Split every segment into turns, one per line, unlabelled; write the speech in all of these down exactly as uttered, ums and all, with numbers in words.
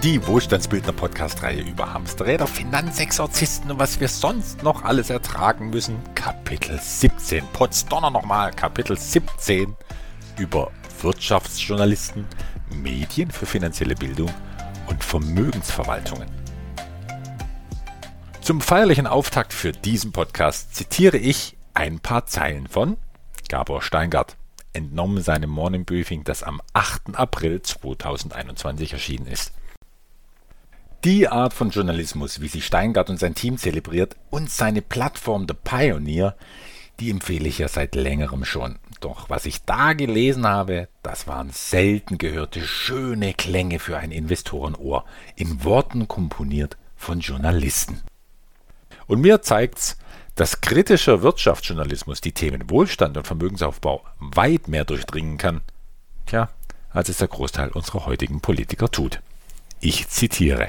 Die Wohlstandsbildner-Podcast-Reihe über Hamsterräder, Finanzexorzisten und was wir sonst noch alles ertragen müssen. Kapitel siebzehn. Potsdonner nochmal. Kapitel siebzehn über Wirtschaftsjournalisten, Medien für finanzielle Bildung und Vermögensverwaltungen. Zum feierlichen Auftakt für diesen Podcast zitiere ich ein paar Zeilen von Gabor Steingart, entnommen seinem Morning Briefing, das am achten April zweitausendeinundzwanzig erschienen ist. Die Art von Journalismus, wie sie Steingart und sein Team zelebriert, und seine Plattform The Pioneer, die empfehle ich ja seit längerem schon. Doch was ich da gelesen habe, das waren selten gehörte schöne Klänge für ein Investorenohr, in Worten komponiert von Journalisten. Und mir zeigt's, dass kritischer Wirtschaftsjournalismus die Themen Wohlstand und Vermögensaufbau weit mehr durchdringen kann, tja, als es der Großteil unserer heutigen Politiker tut. Ich zitiere: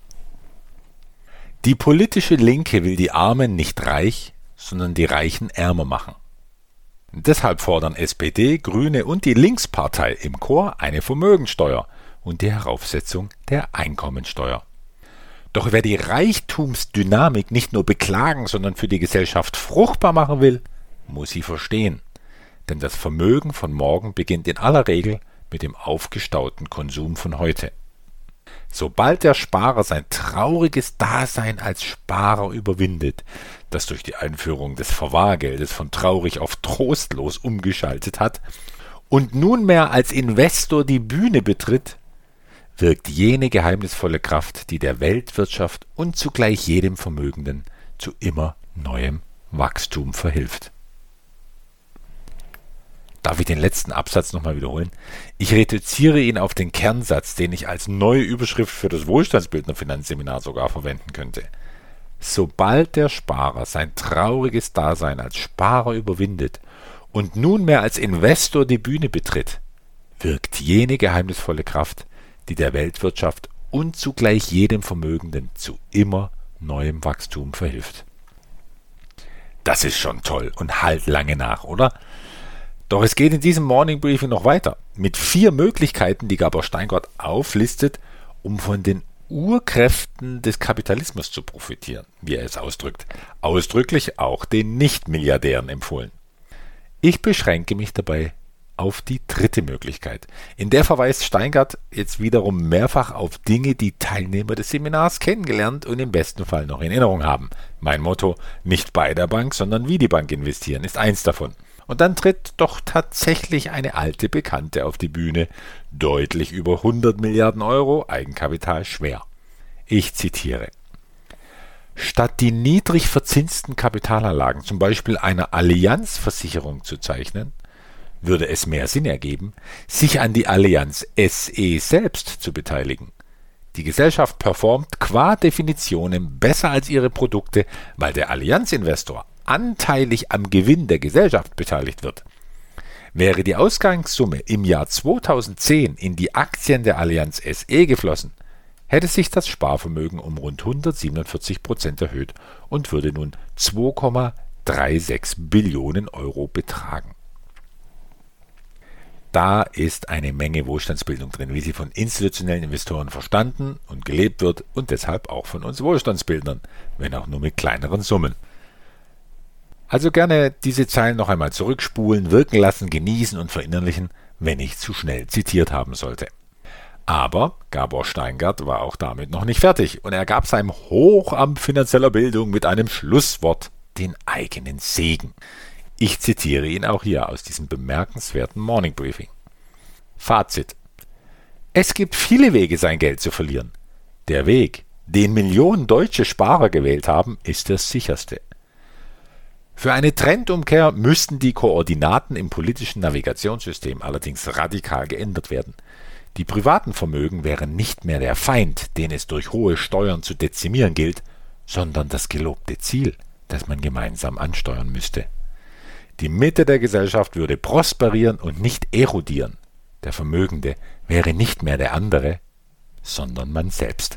Die politische Linke will die Armen nicht reich, sondern die Reichen ärmer machen. Deshalb fordern S P D, Grüne und die Linkspartei im Chor eine Vermögensteuer und die Heraufsetzung der Einkommensteuer. Doch wer die Reichtumsdynamik nicht nur beklagen, sondern für die Gesellschaft fruchtbar machen will, muss sie verstehen. Denn das Vermögen von morgen beginnt in aller Regel mit dem aufgestauten Konsum von heute. Sobald der Sparer sein trauriges Dasein als Sparer überwindet, das durch die Einführung des Verwahrgeldes von traurig auf trostlos umgeschaltet hat und nunmehr als Investor die Bühne betritt, wirkt jene geheimnisvolle Kraft, die der Weltwirtschaft und zugleich jedem Vermögenden zu immer neuem Wachstum verhilft. Darf ich den letzten Absatz nochmal wiederholen? Ich reduziere ihn auf den Kernsatz, den ich als neue Überschrift für das Wohlstandsbildner-Finanzseminar sogar verwenden könnte. Sobald der Sparer sein trauriges Dasein als Sparer überwindet und nunmehr als Investor die Bühne betritt, wirkt jene geheimnisvolle Kraft, die der Weltwirtschaft und zugleich jedem Vermögenden zu immer neuem Wachstum verhilft. Das ist schon toll und halt lange nach, oder? Doch es geht in diesem Morning Briefing noch weiter, mit vier Möglichkeiten, die Gabor Steingart auflistet, um von den Urkräften des Kapitalismus zu profitieren, wie er es ausdrückt. Ausdrücklich auch den Nicht-Milliardären empfohlen. Ich beschränke mich dabei auf die dritte Möglichkeit. In der verweist Steingart jetzt wiederum mehrfach auf Dinge, die Teilnehmer des Seminars kennengelernt und im besten Fall noch in Erinnerung haben. Mein Motto, nicht bei der Bank, sondern wie die Bank investieren, ist eins davon. Und dann tritt doch tatsächlich eine alte Bekannte auf die Bühne, deutlich über hundert Milliarden Euro Eigenkapital schwer. Ich zitiere: Statt die niedrig verzinsten Kapitalanlagen zum Beispiel einer Allianz-Versicherung zu zeichnen, würde es mehr Sinn ergeben, sich an die Allianz S E selbst zu beteiligen. Die Gesellschaft performt qua Definition besser als ihre Produkte, weil der Allianz-Investor anteilig am Gewinn der Gesellschaft beteiligt wird. Wäre die Ausgangssumme im Jahr zweitausendzehn in die Aktien der Allianz S E geflossen, hätte sich das Sparvermögen um rund hundertsiebenundvierzig Prozent erhöht und würde nun zwei Komma sechsunddreißig Billionen Euro betragen. Da ist eine Menge Wohlstandsbildung drin, wie sie von institutionellen Investoren verstanden und gelebt wird und deshalb auch von uns Wohlstandsbildnern, wenn auch nur mit kleineren Summen. Also gerne diese Zeilen noch einmal zurückspulen, wirken lassen, genießen und verinnerlichen, wenn ich zu schnell zitiert haben sollte. Aber Gabor Steingart war auch damit noch nicht fertig und er gab seinem Hochamt finanzieller Bildung mit einem Schlusswort den eigenen Segen. Ich zitiere ihn auch hier aus diesem bemerkenswerten Morning Briefing. Fazit: Es gibt viele Wege, sein Geld zu verlieren. Der Weg, den Millionen deutsche Sparer gewählt haben, ist der sicherste. Für eine Trendumkehr müssten die Koordinaten im politischen Navigationssystem allerdings radikal geändert werden. Die privaten Vermögen wären nicht mehr der Feind, den es durch hohe Steuern zu dezimieren gilt, sondern das gelobte Ziel, das man gemeinsam ansteuern müsste. Die Mitte der Gesellschaft würde prosperieren und nicht erodieren. Der Vermögende wäre nicht mehr der andere, sondern man selbst.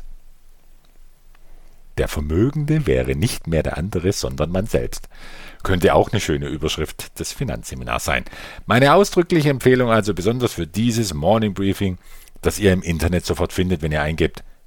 Der Vermögende wäre nicht mehr der andere, sondern man selbst. Könnte auch eine schöne Überschrift des Finanzseminars sein. Meine ausdrückliche Empfehlung also besonders für dieses Morning Briefing, das ihr im Internet sofort findet, wenn ihr eingebt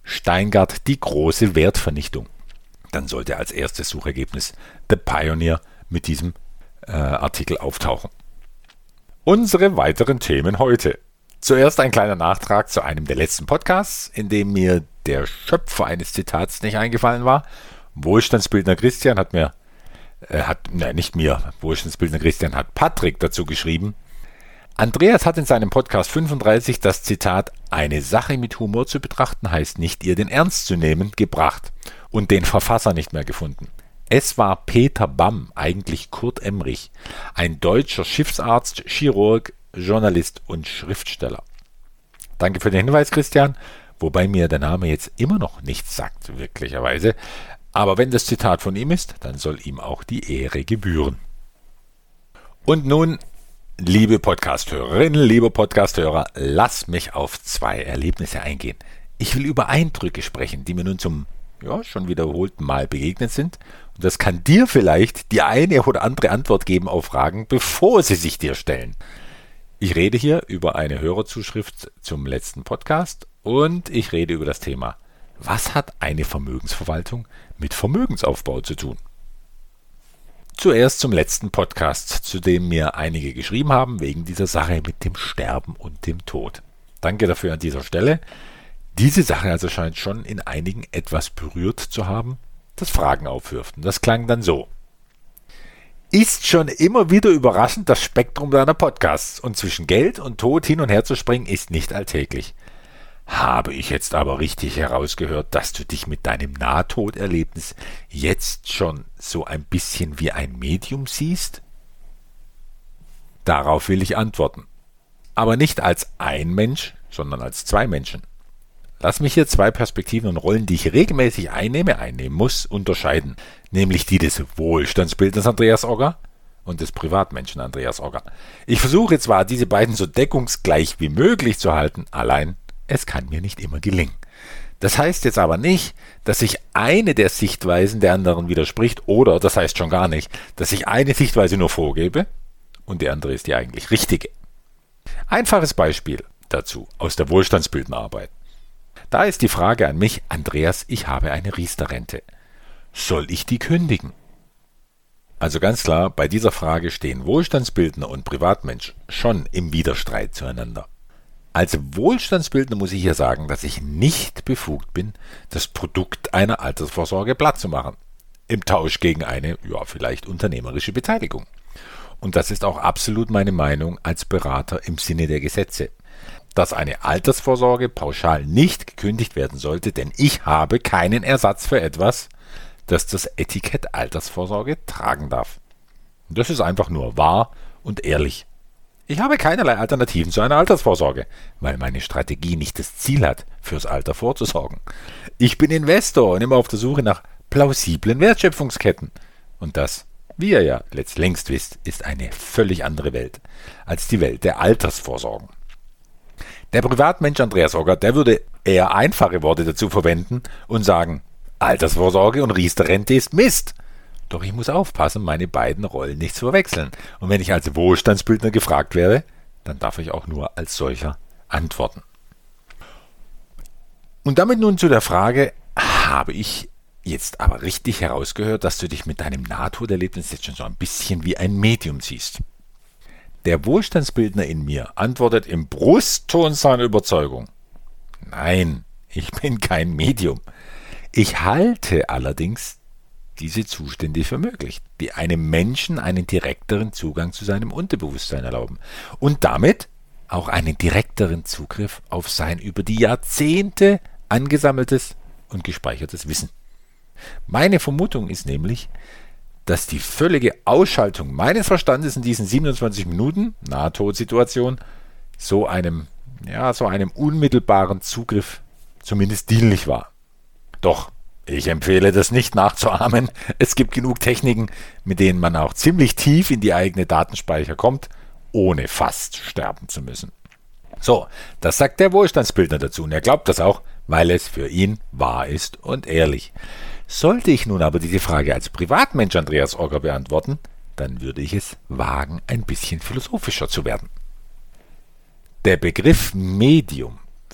Steingart, die große Wertvernichtung. Dann sollte als erstes Suchergebnis The Pioneer mit diesem äh, Artikel auftauchen. Unsere weiteren Themen heute. Zuerst ein kleiner Nachtrag zu einem der letzten Podcasts, in dem mir der Schöpfer eines Zitats nicht eingefallen war. Wohlstandsbildner Christian hat mir, äh, hat, nein, nicht mir, Wohlstandsbildner Christian hat Patrick dazu geschrieben. Andreas hat in seinem Podcast fünfunddreißig das Zitat „Eine Sache mit Humor zu betrachten heißt nicht, ihr den ernst zu nehmen" gebracht und den Verfasser nicht mehr gefunden. Es war Peter Bamm, eigentlich Kurt Emrich, ein deutscher Schiffsarzt, Chirurg, Journalist und Schriftsteller. Danke für den Hinweis, Christian, wobei mir der Name jetzt immer noch nichts sagt, wirklicherweise. Aber wenn das Zitat von ihm ist, dann soll ihm auch die Ehre gebühren. Und nun, liebe Podcasthörerinnen, liebe Podcasthörer, lass mich auf zwei Erlebnisse eingehen. Ich will über Eindrücke sprechen, die mir nun zum ja, schon wiederholten Mal begegnet sind. Und das kann dir vielleicht die eine oder andere Antwort geben auf Fragen, bevor sie sich dir stellen. Ich rede hier über eine Hörerzuschrift zum letzten Podcast und ich rede über das Thema: Was hat eine Vermögensverwaltung mit Vermögensaufbau zu tun? Zuerst zum letzten Podcast, zu dem mir einige geschrieben haben, wegen dieser Sache mit dem Sterben und dem Tod. Danke dafür an dieser Stelle. Diese Sache also scheint schon in einigen etwas berührt zu haben, das Fragen aufwirft. Und das klang dann so: Ist schon immer wieder überraschend das Spektrum deiner Podcasts, und zwischen Geld und Tod hin und her zu springen ist nicht alltäglich. Habe ich jetzt aber richtig herausgehört, dass du dich mit deinem Nahtoderlebnis jetzt schon so ein bisschen wie ein Medium siehst? Darauf will ich antworten. Aber nicht als ein Mensch, sondern als zwei Menschen. Lass mich hier zwei Perspektiven und Rollen, die ich regelmäßig einnehme, einnehmen muss, unterscheiden. Nämlich die des Wohlstandsbildners Andreas Ogger und des Privatmenschen Andreas Ogger. Ich versuche zwar, diese beiden so deckungsgleich wie möglich zu halten, allein es kann mir nicht immer gelingen. Das heißt jetzt aber nicht, dass sich eine der Sichtweisen der anderen widerspricht, oder, das heißt schon gar nicht, dass ich eine Sichtweise nur vorgebe und die andere ist die eigentlich richtige. Einfaches Beispiel dazu aus der Wohlstandsbildnerarbeit. Da ist die Frage an mich: Andreas, ich habe eine Riester-Rente. Soll ich die kündigen? Also ganz klar, bei dieser Frage stehen Wohlstandsbildner und Privatmensch schon im Widerstreit zueinander. Als Wohlstandsbildner muss ich hier sagen, dass ich nicht befugt bin, das Produkt einer Altersvorsorge platt zu machen. Im Tausch gegen eine, ja, vielleicht unternehmerische Beteiligung. Und das ist auch absolut meine Meinung als Berater im Sinne der Gesetze. Dass eine Altersvorsorge pauschal nicht gekündigt werden sollte, denn ich habe keinen Ersatz für etwas, das das Etikett Altersvorsorge tragen darf. Und das ist einfach nur wahr und ehrlich. Ich habe keinerlei Alternativen zu einer Altersvorsorge, weil meine Strategie nicht das Ziel hat, fürs Alter vorzusorgen. Ich bin Investor und immer auf der Suche nach plausiblen Wertschöpfungsketten. Und das, wie ihr ja letzt längst wisst, ist eine völlig andere Welt als die Welt der Altersvorsorgen. Der Privatmensch Andreas Ogger, der würde eher einfache Worte dazu verwenden und sagen: Altersvorsorge und Riester-Rente ist Mist. Doch ich muss aufpassen, meine beiden Rollen nicht zu verwechseln. Und wenn ich als Wohlstandsbildner gefragt werde, dann darf ich auch nur als solcher antworten. Und damit nun zu der Frage: Habe ich jetzt aber richtig herausgehört, dass du dich mit deinem Nahtoderlebnis jetzt schon so ein bisschen wie ein Medium siehst? Der Wohlstandsbildner in mir antwortet im Brustton seiner Überzeugung: Nein, ich bin kein Medium. Ich halte allerdings diese Zustände für möglich, die einem Menschen einen direkteren Zugang zu seinem Unterbewusstsein erlauben und damit auch einen direkteren Zugriff auf sein über die Jahrzehnte angesammeltes und gespeichertes Wissen. Meine Vermutung ist nämlich, dass die völlige Ausschaltung meines Verstandes in diesen siebenundzwanzig Minuten Nahtodsituation so einem, ja, so einem unmittelbaren Zugriff zumindest dienlich war. Doch ich empfehle das nicht nachzuahmen. Es gibt genug Techniken, mit denen man auch ziemlich tief in die eigene Datenspeicher kommt, ohne fast sterben zu müssen. So, das sagt der Wohlstandsbildner dazu und er glaubt das auch, weil es für ihn wahr ist und ehrlich. Sollte ich nun aber diese Frage als Privatmensch Andreas Ogger beantworten, dann würde ich es wagen, ein bisschen philosophischer zu werden. Der Begriff Medium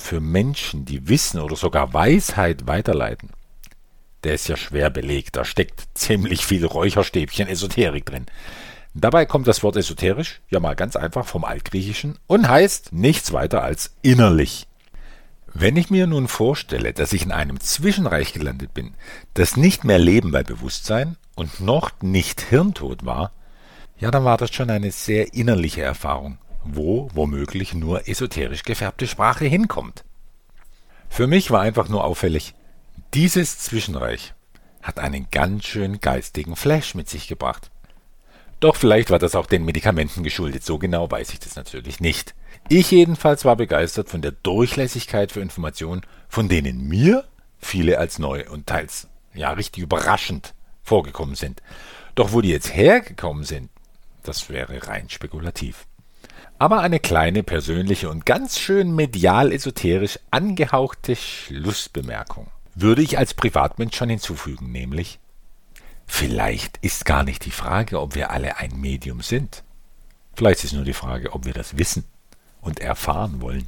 für Menschen, die Wissen oder sogar Weisheit weiterleiten, der ist ja schwer belegt. Da steckt ziemlich viel Räucherstäbchen Esoterik drin. Dabei kommt das Wort esoterisch ja mal ganz einfach vom Altgriechischen und heißt nichts weiter als innerlich. Wenn ich mir nun vorstelle, dass ich in einem Zwischenreich gelandet bin, das nicht mehr Leben bei Bewusstsein und noch nicht Hirntod war, ja, dann war das schon eine sehr innerliche Erfahrung, wo womöglich nur esoterisch gefärbte Sprache hinkommt. Für mich war einfach nur auffällig, dieses Zwischenreich hat einen ganz schön geistigen Flash mit sich gebracht. Doch vielleicht war das auch den Medikamenten geschuldet, so genau weiß ich das natürlich nicht. Ich jedenfalls war begeistert von der Durchlässigkeit für Informationen, von denen mir viele als neu und teils ja richtig überraschend vorgekommen sind. Doch wo die jetzt hergekommen sind, das wäre rein spekulativ. Aber eine kleine persönliche und ganz schön medial-esoterisch angehauchte Schlussbemerkung würde ich als Privatmensch schon hinzufügen, nämlich: Vielleicht ist gar nicht die Frage, ob wir alle ein Medium sind. Vielleicht ist nur die Frage, ob wir das wissen und erfahren wollen.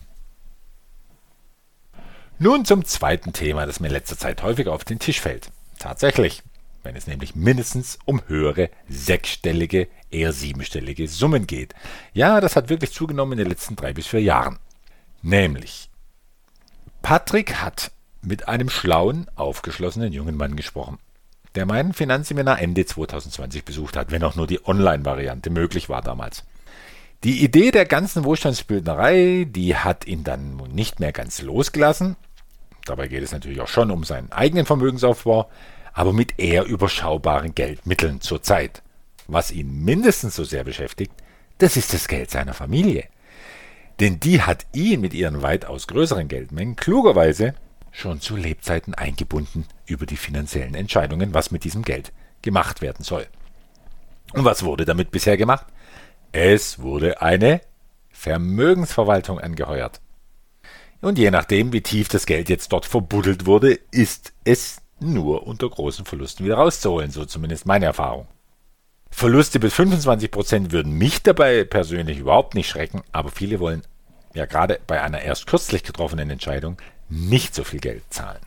Nun zum zweiten Thema, das mir in letzter Zeit häufiger auf den Tisch fällt. Tatsächlich, wenn es nämlich mindestens um höhere sechsstellige, eher siebenstellige Summen geht. Ja, das hat wirklich zugenommen in den letzten drei bis vier Jahren. Nämlich, Patrick hat mit einem schlauen, aufgeschlossenen jungen Mann gesprochen, der mein Finanzseminar Ende zwanzig zwanzig besucht hat, wenn auch nur die Online-Variante möglich war damals. Die Idee der ganzen Wohlstandsbildnerei, die hat ihn dann nicht mehr ganz losgelassen. Dabei geht es natürlich auch schon um seinen eigenen Vermögensaufbau, aber mit eher überschaubaren Geldmitteln zur Zeit. Was ihn mindestens so sehr beschäftigt, das ist das Geld seiner Familie. Denn die hat ihn mit ihren weitaus größeren Geldmengen klugerweise schon zu Lebzeiten eingebunden über die finanziellen Entscheidungen, was mit diesem Geld gemacht werden soll. Und was wurde damit bisher gemacht? Es wurde eine Vermögensverwaltung angeheuert. Und je nachdem, wie tief das Geld jetzt dort verbuddelt wurde, ist es nur unter großen Verlusten wieder rauszuholen, so zumindest meine Erfahrung. Verluste bis fünfundzwanzig Prozent würden mich dabei persönlich überhaupt nicht schrecken, aber viele wollen ja gerade bei einer erst kürzlich getroffenen Entscheidung nicht so viel Geld zahlen.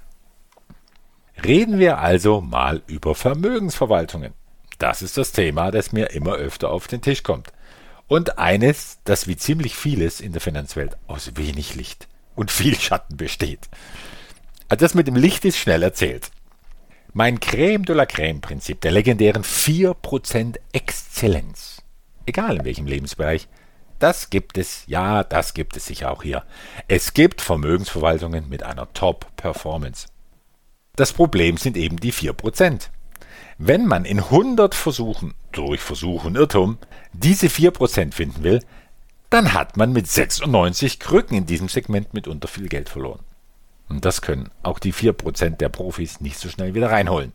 Reden wir also mal über Vermögensverwaltungen. Das ist das Thema, das mir immer öfter auf den Tisch kommt. Und eines, das wie ziemlich vieles in der Finanzwelt aus wenig Licht und viel Schatten besteht. Also das mit dem Licht ist schnell erzählt. Mein Crème de la Crème-Prinzip der legendären vier Prozent Exzellenz, egal in welchem Lebensbereich, das gibt es, ja, das gibt es sicher auch hier. Es gibt Vermögensverwaltungen mit einer Top-Performance. Das Problem sind eben die vier Prozent. Wenn man in hundert Versuchen, durch Versuch und Irrtum, diese vier Prozent finden will, dann hat man mit sechsundneunzig Krücken in diesem Segment mitunter viel Geld verloren. Und das können auch die vier Prozent der Profis nicht so schnell wieder reinholen.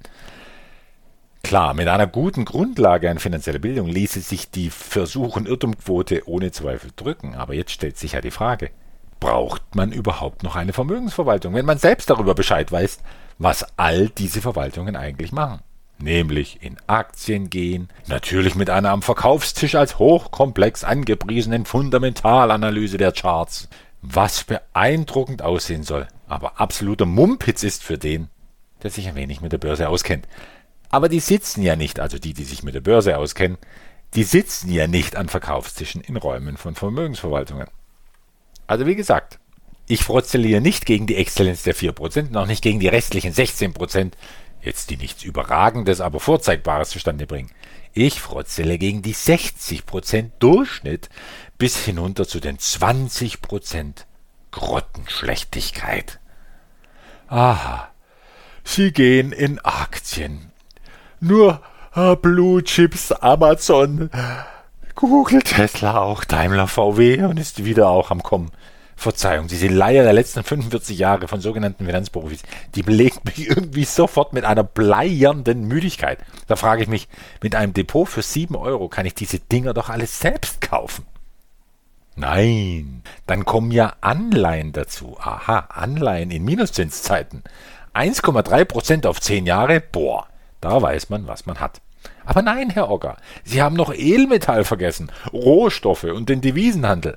Klar, mit einer guten Grundlage an finanzieller Bildung ließe sich die Versuch- und Irrtumquote ohne Zweifel drücken. Aber jetzt stellt sich ja die Frage, braucht man überhaupt noch eine Vermögensverwaltung, wenn man selbst darüber Bescheid weiß, was all diese Verwaltungen eigentlich machen? Nämlich in Aktien gehen, natürlich mit einer am Verkaufstisch als hochkomplex angepriesenen Fundamentalanalyse der Charts, was beeindruckend aussehen soll, aber absoluter Mumpitz ist für den, der sich ein wenig mit der Börse auskennt. Aber die sitzen ja nicht, also die, die sich mit der Börse auskennen, die sitzen ja nicht an Verkaufstischen in Räumen von Vermögensverwaltungen. Also wie gesagt, ich frozzelliere nicht gegen die Exzellenz der vier Prozent, noch nicht gegen die restlichen sechzehn Prozent, jetzt die nichts Überragendes, aber Vorzeigbares zustande bringen. Ich frotzele gegen die sechzig Prozent Durchschnitt bis hinunter zu den zwanzig Prozent Grottenschlechtigkeit. Aha, sie gehen in Aktien. Nur äh, Blue Chips, Amazon, Google, Tesla, auch Daimler, V W und ist wieder auch am Kommen. Verzeihung, diese Leier der letzten fünfundvierzig Jahre von sogenannten Finanzprofis, die belegt mich irgendwie sofort mit einer bleiernden Müdigkeit. Da frage ich mich, mit einem Depot für sieben Euro kann ich diese Dinger doch alles selbst kaufen. Nein, dann kommen ja Anleihen dazu. Aha, Anleihen in Minuszinszeiten. eins Komma drei Prozent auf zehn Jahre, boah, da weiß man, was man hat. Aber nein, Herr Ogger, Sie haben noch Edelmetall vergessen, Rohstoffe und den Devisenhandel.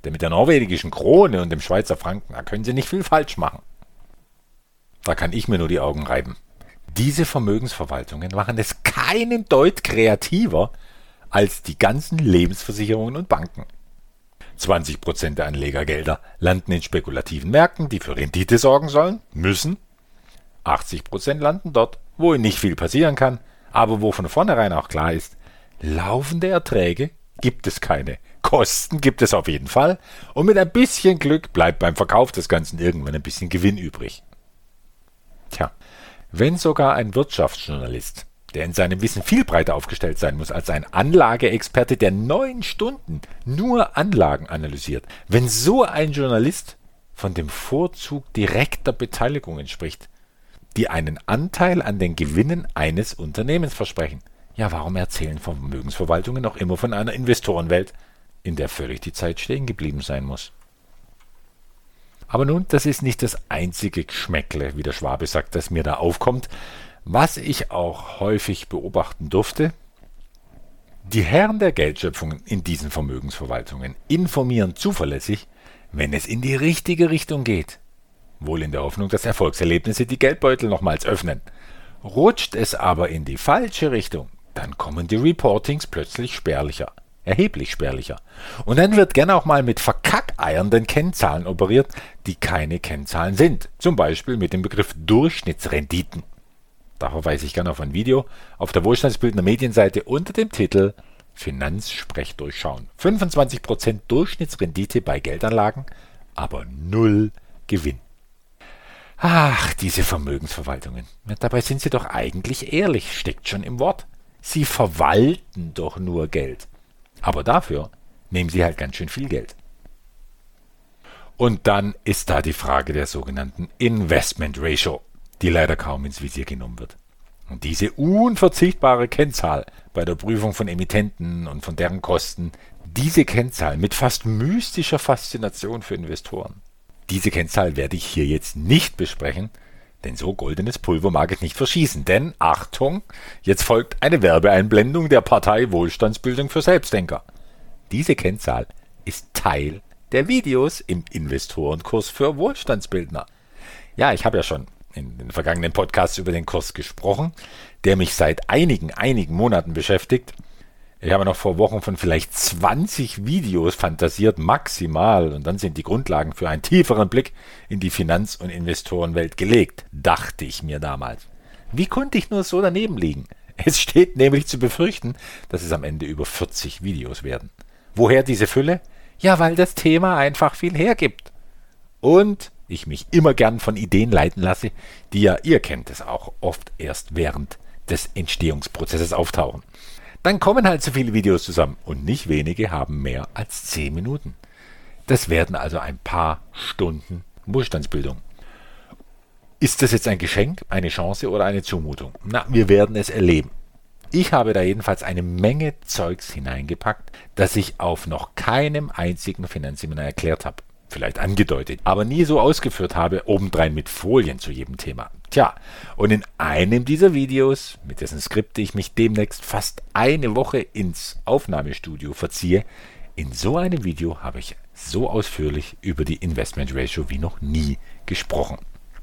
Denn mit der norwegischen Krone und dem Schweizer Franken, da können Sie nicht viel falsch machen. Da kann ich mir nur die Augen reiben. Diese Vermögensverwaltungen machen es keinen Deut kreativer als die ganzen Lebensversicherungen und Banken. zwanzig Prozent der Anlegergelder landen in spekulativen Märkten, die für Rendite sorgen sollen, müssen. achtzig Prozent landen dort, wo nicht viel passieren kann, aber wo von vornherein auch klar ist, laufende Erträge gibt es keine. Kosten gibt es auf jeden Fall und mit ein bisschen Glück bleibt beim Verkauf des Ganzen irgendwann ein bisschen Gewinn übrig. Tja, wenn sogar ein Wirtschaftsjournalist, der in seinem Wissen viel breiter aufgestellt sein muss als ein Anlageexperte, der neun Stunden nur Anlagen analysiert, wenn so ein Journalist von dem Vorzug direkter Beteiligungen spricht, die einen Anteil an den Gewinnen eines Unternehmens versprechen, ja, warum erzählen Vermögensverwaltungen noch immer von einer Investorenwelt, in der völlig die Zeit stehen geblieben sein muss? Aber nun, das ist nicht das einzige Geschmäckle, wie der Schwabe sagt, das mir da aufkommt. Was ich auch häufig beobachten durfte, die Herren der Geldschöpfung in diesen Vermögensverwaltungen informieren zuverlässig, wenn es in die richtige Richtung geht. Wohl in der Hoffnung, dass Erfolgserlebnisse die Geldbeutel nochmals öffnen. Rutscht es aber in die falsche Richtung, dann kommen die Reportings plötzlich spärlicher. Erheblich spärlicher. Und dann wird gerne auch mal mit verkackeiernden Kennzahlen operiert, die keine Kennzahlen sind. Zum Beispiel mit dem Begriff Durchschnittsrenditen. Da verweise ich gerne auf ein Video auf der Wohlstandsbildner Medienseite unter dem Titel Finanzsprech durchschauen. fünfundzwanzig Prozent Durchschnittsrendite bei Geldanlagen, aber null Gewinn. Ach, diese Vermögensverwaltungen. Dabei sind sie doch eigentlich ehrlich, steckt schon im Wort. Sie verwalten doch nur Geld. Aber dafür nehmen sie halt ganz schön viel Geld. Und dann ist da die Frage der sogenannten Investment Ratio, die leider kaum ins Visier genommen wird. Und diese unverzichtbare Kennzahl bei der Prüfung von Emittenten und von deren Kosten, diese Kennzahl mit fast mystischer Faszination für Investoren, diese Kennzahl werde ich hier jetzt nicht besprechen, denn so goldenes Pulver mag es nicht verschießen. Denn, Achtung, jetzt folgt eine Werbeeinblendung der Partei Wohlstandsbildung für Selbstdenker. Diese Kennzahl ist Teil der Videos im Investorenkurs für Wohlstandsbildner. Ja, ich habe ja schon in den vergangenen Podcasts über den Kurs gesprochen, der mich seit einigen, einigen Monaten beschäftigt. Ich habe noch vor Wochen von vielleicht zwanzig Videos fantasiert, maximal, und dann sind die Grundlagen für einen tieferen Blick in die Finanz- und Investorenwelt gelegt, dachte ich mir damals. Wie konnte ich nur so daneben liegen? Es steht nämlich zu befürchten, dass es am Ende über vierzig Videos werden. Woher diese Fülle? Ja, weil das Thema einfach viel hergibt. Und ich mich immer gern von Ideen leiten lasse, die ja, ihr kennt es auch, oft erst während des Entstehungsprozesses auftauchen. Dann kommen halt so viele Videos zusammen und nicht wenige haben mehr als zehn Minuten. Das werden also ein paar Stunden Wohlstandsbildung. Ist das jetzt ein Geschenk, eine Chance oder eine Zumutung? Na, wir werden es erleben. Ich habe da jedenfalls eine Menge Zeugs hineingepackt, das ich auf noch keinem einzigen Finanzseminar erklärt habe. Vielleicht angedeutet, aber nie so ausgeführt habe, obendrein mit Folien zu jedem Thema. Tja, und in einem dieser Videos, mit dessen Skripte ich mich demnächst fast eine Woche ins Aufnahmestudio verziehe, in so einem Video habe ich so ausführlich über die Investment Ratio wie noch nie gesprochen.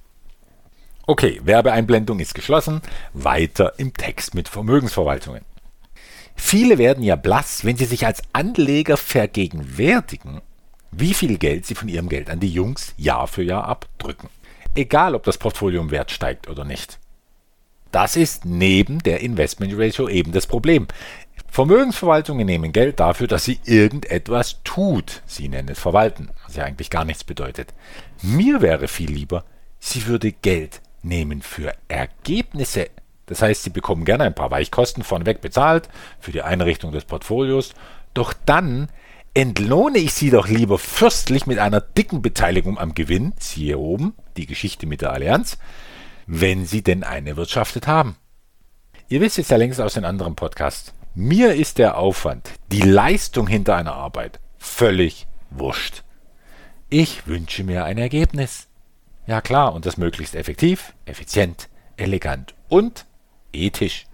Okay, Werbeeinblendung ist geschlossen, weiter im Text mit Vermögensverwaltungen. Viele werden ja blass, wenn sie sich als Anleger vergegenwärtigen, wie viel Geld sie von ihrem Geld an die Jungs Jahr für Jahr abdrücken. Egal, ob das Portfolio im Wert steigt oder nicht. Das ist neben der Investment Ratio eben das Problem. Vermögensverwaltungen nehmen Geld dafür, dass sie irgendetwas tut. Sie nennen es Verwalten, was ja eigentlich gar nichts bedeutet. Mir wäre viel lieber, sie würde Geld nehmen für Ergebnisse. Das heißt, sie bekommen gerne ein paar Weichkosten vorneweg bezahlt für die Einrichtung des Portfolios. Doch dann entlohne ich sie doch lieber fürstlich mit einer dicken Beteiligung am Gewinn, siehe oben, die Geschichte mit der Allianz, wenn sie denn eine erwirtschaftet haben. Ihr wisst jetzt ja längst aus den anderen Podcasts, mir ist der Aufwand, die Leistung hinter einer Arbeit, völlig wurscht. Ich wünsche mir ein Ergebnis. Ja klar, und das möglichst effektiv, effizient, elegant und ethisch.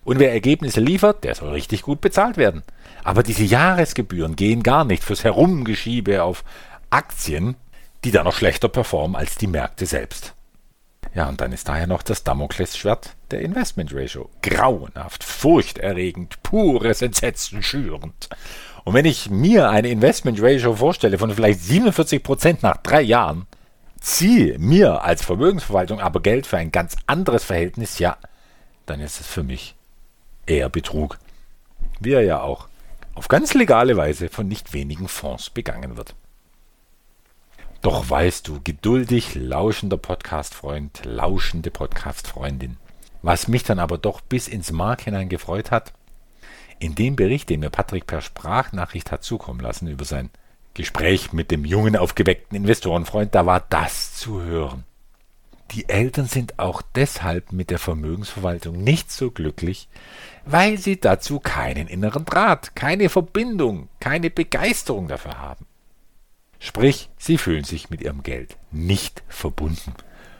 Und wer Ergebnisse liefert, der soll richtig gut bezahlt werden. Aber diese Jahresgebühren gehen gar nicht fürs Herumgeschiebe auf Aktien, die dann noch schlechter performen als die Märkte selbst. Ja, und dann ist da ja noch das Damoklesschwert der Investment Ratio. Grauenhaft, furchterregend, pures Entsetzen schürend. Und wenn ich mir eine Investment Ratio vorstelle von vielleicht siebenundvierzig Prozent nach drei Jahren, ziehe mir als Vermögensverwaltung aber Geld für ein ganz anderes Verhältnis, ja, dann ist es für mich eher Betrug. Wie er ja auch auf ganz legale Weise von nicht wenigen Fonds begangen wird. Doch weißt du, geduldig lauschender Podcast-Freund, lauschende Podcast-Freundin, was mich dann aber doch bis ins Mark hinein gefreut hat, in dem Bericht, den mir Patrick per Sprachnachricht hat zukommen lassen über sein Gespräch mit dem jungen, aufgeweckten Investorenfreund, da war das zu hören. Die Eltern sind auch deshalb mit der Vermögensverwaltung nicht so glücklich, weil sie dazu keinen inneren Draht, keine Verbindung, keine Begeisterung dafür haben. Sprich, sie fühlen sich mit ihrem Geld nicht verbunden.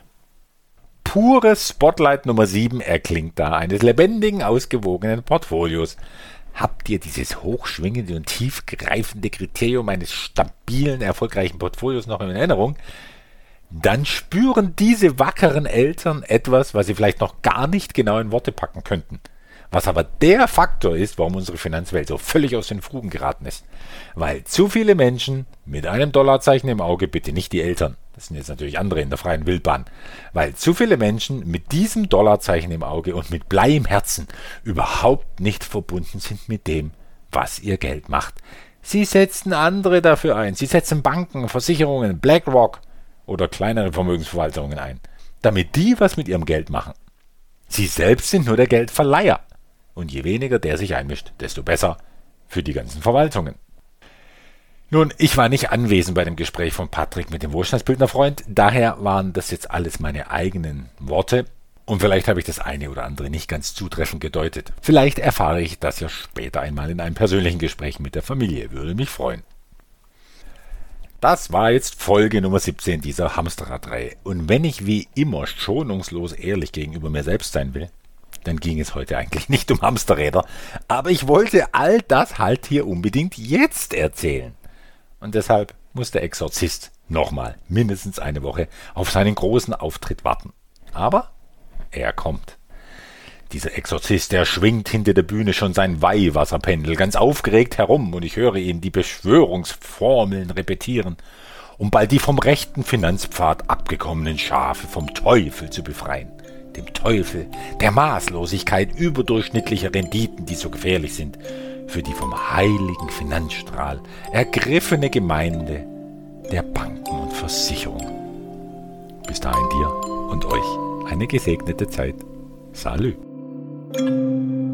Pures Spotlight Nummer sieben erklingt da eines lebendigen, ausgewogenen Portfolios. Habt ihr dieses hochschwingende und tiefgreifende Kriterium eines stabilen, erfolgreichen Portfolios noch in Erinnerung? Dann spüren diese wackeren Eltern etwas, was sie vielleicht noch gar nicht genau in Worte packen könnten. Was aber der Faktor ist, warum unsere Finanzwelt so völlig aus den Fugen geraten ist. Weil zu viele Menschen mit einem Dollarzeichen im Auge, bitte nicht die Eltern, das sind jetzt natürlich andere in der freien Wildbahn, weil zu viele Menschen mit diesem Dollarzeichen im Auge und mit Blei im Herzen überhaupt nicht verbunden sind mit dem, was ihr Geld macht. Sie setzen andere dafür ein. Sie setzen Banken, Versicherungen, BlackRock oder kleinere Vermögensverwaltungen ein, damit die was mit ihrem Geld machen. Sie selbst sind nur der Geldverleiher. Und je weniger der sich einmischt, desto besser für die ganzen Verwaltungen. Nun, ich war nicht anwesend bei dem Gespräch von Patrick mit dem Wohlstandsbildnerfreund, daher waren das jetzt alles meine eigenen Worte und vielleicht habe ich das eine oder andere nicht ganz zutreffend gedeutet. Vielleicht erfahre ich das ja später einmal in einem persönlichen Gespräch mit der Familie, würde mich freuen. Das war jetzt Folge Nummer siebzehn dieser Hamsterradreihe und wenn ich wie immer schonungslos ehrlich gegenüber mir selbst sein will, dann ging es heute eigentlich nicht um Hamsterräder, aber ich wollte all das halt hier unbedingt jetzt erzählen. Und deshalb muss der Exorzist nochmal mindestens eine Woche auf seinen großen Auftritt warten. Aber er kommt. Dieser Exorzist, der schwingt hinter der Bühne schon sein Weihwasserpendel ganz aufgeregt herum und ich höre ihn die Beschwörungsformeln repetieren, um bald die vom rechten Finanzpfad abgekommenen Schafe vom Teufel zu befreien. Dem Teufel der Maßlosigkeit überdurchschnittlicher Renditen, die so gefährlich sind, für die vom heiligen Finanzstrahl ergriffene Gemeinde der Banken und Versicherungen. Bis dahin dir und euch eine gesegnete Zeit. Salü.